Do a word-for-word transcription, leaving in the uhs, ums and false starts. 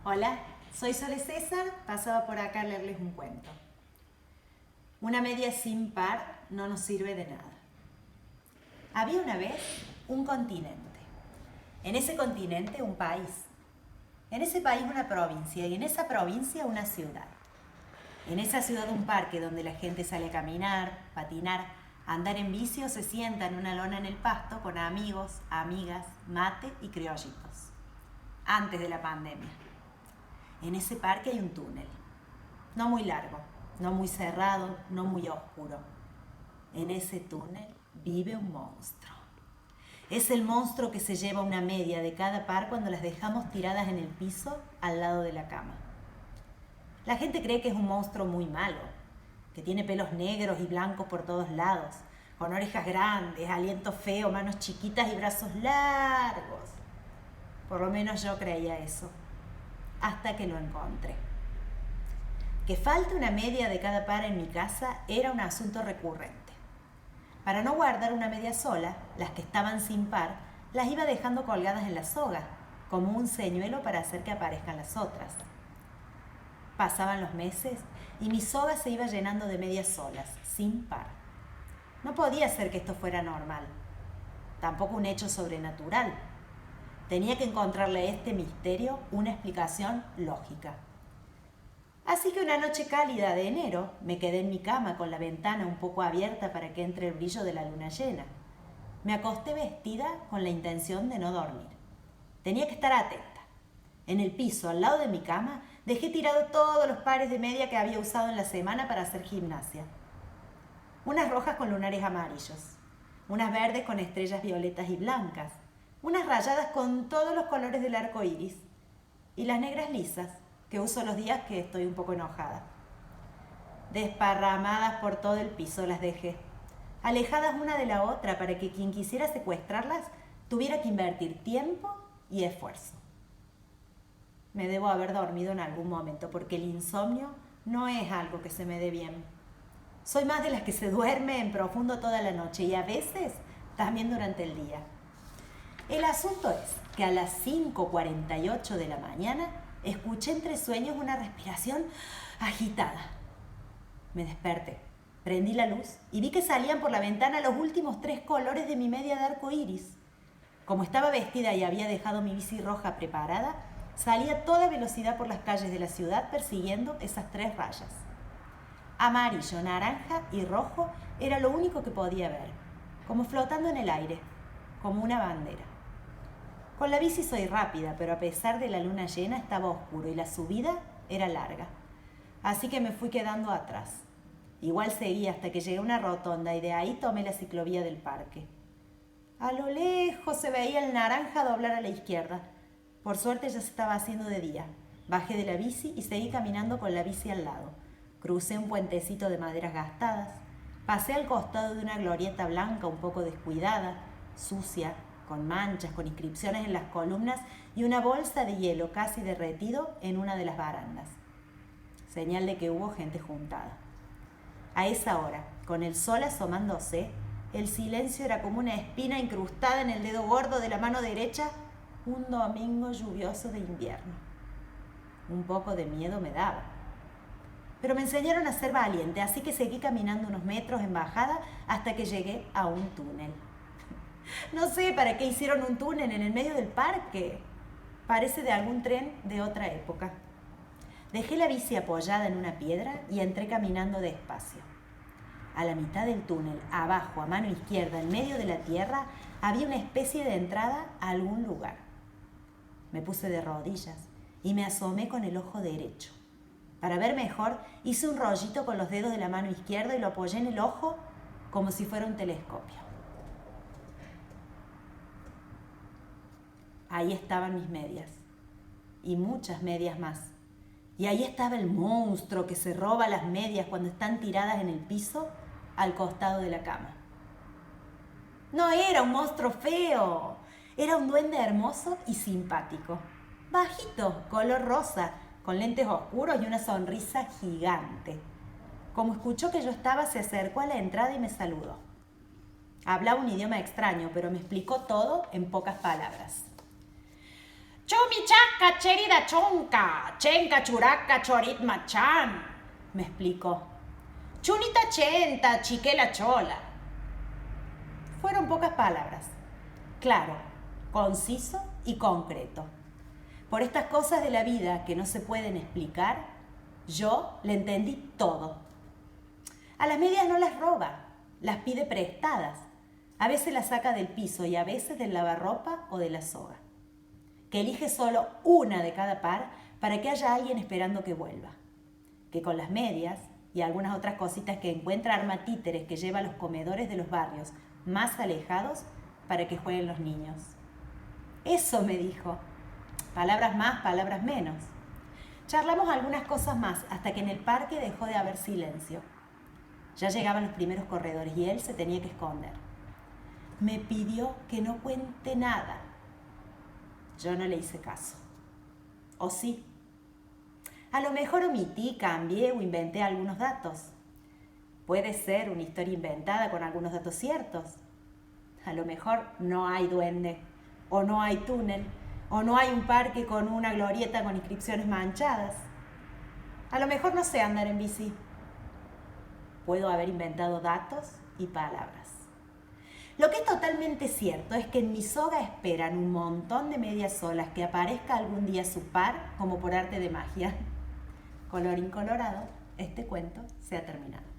Hola, soy Sole César, pasaba por acá a leerles un cuento. Una media sin par no nos sirve de nada. Había una vez un continente. En ese continente un país. En ese país una provincia y en esa provincia una ciudad. En esa ciudad un parque donde la gente sale a caminar, patinar, andar en bici o se sienta en una lona en el pasto con amigos, amigas, mate y criollitos. Antes de la pandemia. En ese parque hay un túnel. No muy largo, no muy cerrado, no muy oscuro. En ese túnel vive un monstruo. Es el monstruo que se lleva una media de cada par cuando las dejamos tiradas en el piso al lado de la cama. La gente cree que es un monstruo muy malo, que tiene pelos negros y blancos por todos lados, con orejas grandes, aliento feo, manos chiquitas y brazos largos. Por lo menos yo creía eso, hasta que lo encontré. Que falte una media de cada par en mi casa era un asunto recurrente. Para no guardar una media sola, las que estaban sin par, las iba dejando colgadas en la soga, como un señuelo para hacer que aparezcan las otras. Pasaban los meses y mi soga se iba llenando de medias solas, sin par. No podía ser que esto fuera normal, tampoco un hecho sobrenatural. Tenía que encontrarle a este misterio una explicación lógica. Así que una noche cálida de enero me quedé en mi cama con la ventana un poco abierta para que entre el brillo de la luna llena. Me acosté vestida con la intención de no dormir. Tenía que estar atenta. En el piso, al lado de mi cama, dejé tirado todos los pares de media que había usado en la semana para hacer gimnasia. Unas rojas con lunares amarillos, unas verdes con estrellas violetas y blancas, unas rayadas con todos los colores del arco iris y las negras lisas que uso los días que estoy un poco enojada. Desparramadas por todo el piso las dejé, alejadas una de la otra para que quien quisiera secuestrarlas tuviera que invertir tiempo y esfuerzo. Me debo haber dormido en algún momento porque el insomnio no es algo que se me dé bien. Soy más de las que se duerme en profundo toda la noche y a veces también durante el día. El asunto es que a las cinco cuarenta y ocho de la mañana escuché entre sueños una respiración agitada. Me desperté, prendí la luz y vi que salían por la ventana los últimos tres colores de mi media de arco iris. Como estaba vestida y había dejado mi bici roja preparada, salí a toda velocidad por las calles de la ciudad persiguiendo esas tres rayas. Amarillo, naranja y rojo era lo único que podía ver, como flotando en el aire, como una bandera. Con la bici soy rápida, pero a pesar de la luna llena estaba oscuro y la subida era larga. Así que me fui quedando atrás. Igual seguí hasta que llegué a una rotonda y de ahí tomé la ciclovía del parque. A lo lejos se veía el naranja doblar a la izquierda. Por suerte ya se estaba haciendo de día. Bajé de la bici y seguí caminando con la bici al lado. Crucé un puentecito de maderas gastadas. Pasé al costado de una glorieta blanca un poco descuidada, sucia, con manchas, con inscripciones en las columnas y una bolsa de hielo casi derretido en una de las barandas. Señal de que hubo gente juntada. A esa hora, con el sol asomándose, el silencio era como una espina incrustada en el dedo gordo de la mano derecha, un domingo lluvioso de invierno. Un poco de miedo me daba. Pero me enseñaron a ser valiente, así que seguí caminando unos metros en bajada hasta que llegué a un túnel. No sé para qué hicieron un túnel en el medio del parque. Parece de algún tren de otra época. Dejé la bici apoyada en una piedra y entré caminando despacio. A la mitad del túnel, abajo, a mano izquierda, en medio de la tierra, había una especie de entrada a algún lugar. Me puse de rodillas y me asomé con el ojo derecho. Para ver mejor, hice un rollito con los dedos de la mano izquierda y lo apoyé en el ojo como si fuera un telescopio. Ahí estaban mis medias, y muchas medias más. Y ahí estaba el monstruo que se roba las medias cuando están tiradas en el piso al costado de la cama. No era un monstruo feo, era un duende hermoso y simpático. Bajito, color rosa, con lentes oscuros y una sonrisa gigante. Como escuchó que yo estaba, se acercó a la entrada y me saludó. Hablaba un idioma extraño, pero me explicó todo en pocas palabras. Chumichaca, cherida chonca, chenca churaca, chorit machan, me explicó. Chunita chenta, chiquela chola. Fueron pocas palabras. Claro, conciso y concreto. Por estas cosas de la vida que no se pueden explicar, yo le entendí todo. A las medias no las roba, las pide prestadas. A veces las saca del piso y a veces del lavarropa o de la soga. Que elige solo una de cada par para que haya alguien esperando que vuelva. Que con las medias y algunas otras cositas que encuentra arma títeres que lleva a los comedores de los barrios más alejados para que jueguen los niños. Eso me dijo. Palabras más, palabras menos. Charlamos algunas cosas más hasta que en el parque dejó de haber silencio. Ya llegaban los primeros corredores y él se tenía que esconder. Me pidió que no cuente nada. Yo no le hice caso. ¿O sí? A lo mejor omití, cambié o inventé algunos datos. Puede ser una historia inventada con algunos datos ciertos. A lo mejor no hay duende, o no hay túnel, o no hay un parque con una glorieta con inscripciones manchadas. A lo mejor no sé andar en bici. Puedo haber inventado datos y palabras. Lo que es totalmente cierto es que en mi soga esperan un montón de medias olas que aparezca algún día su par como por arte de magia. Colorín colorado, este cuento se ha terminado.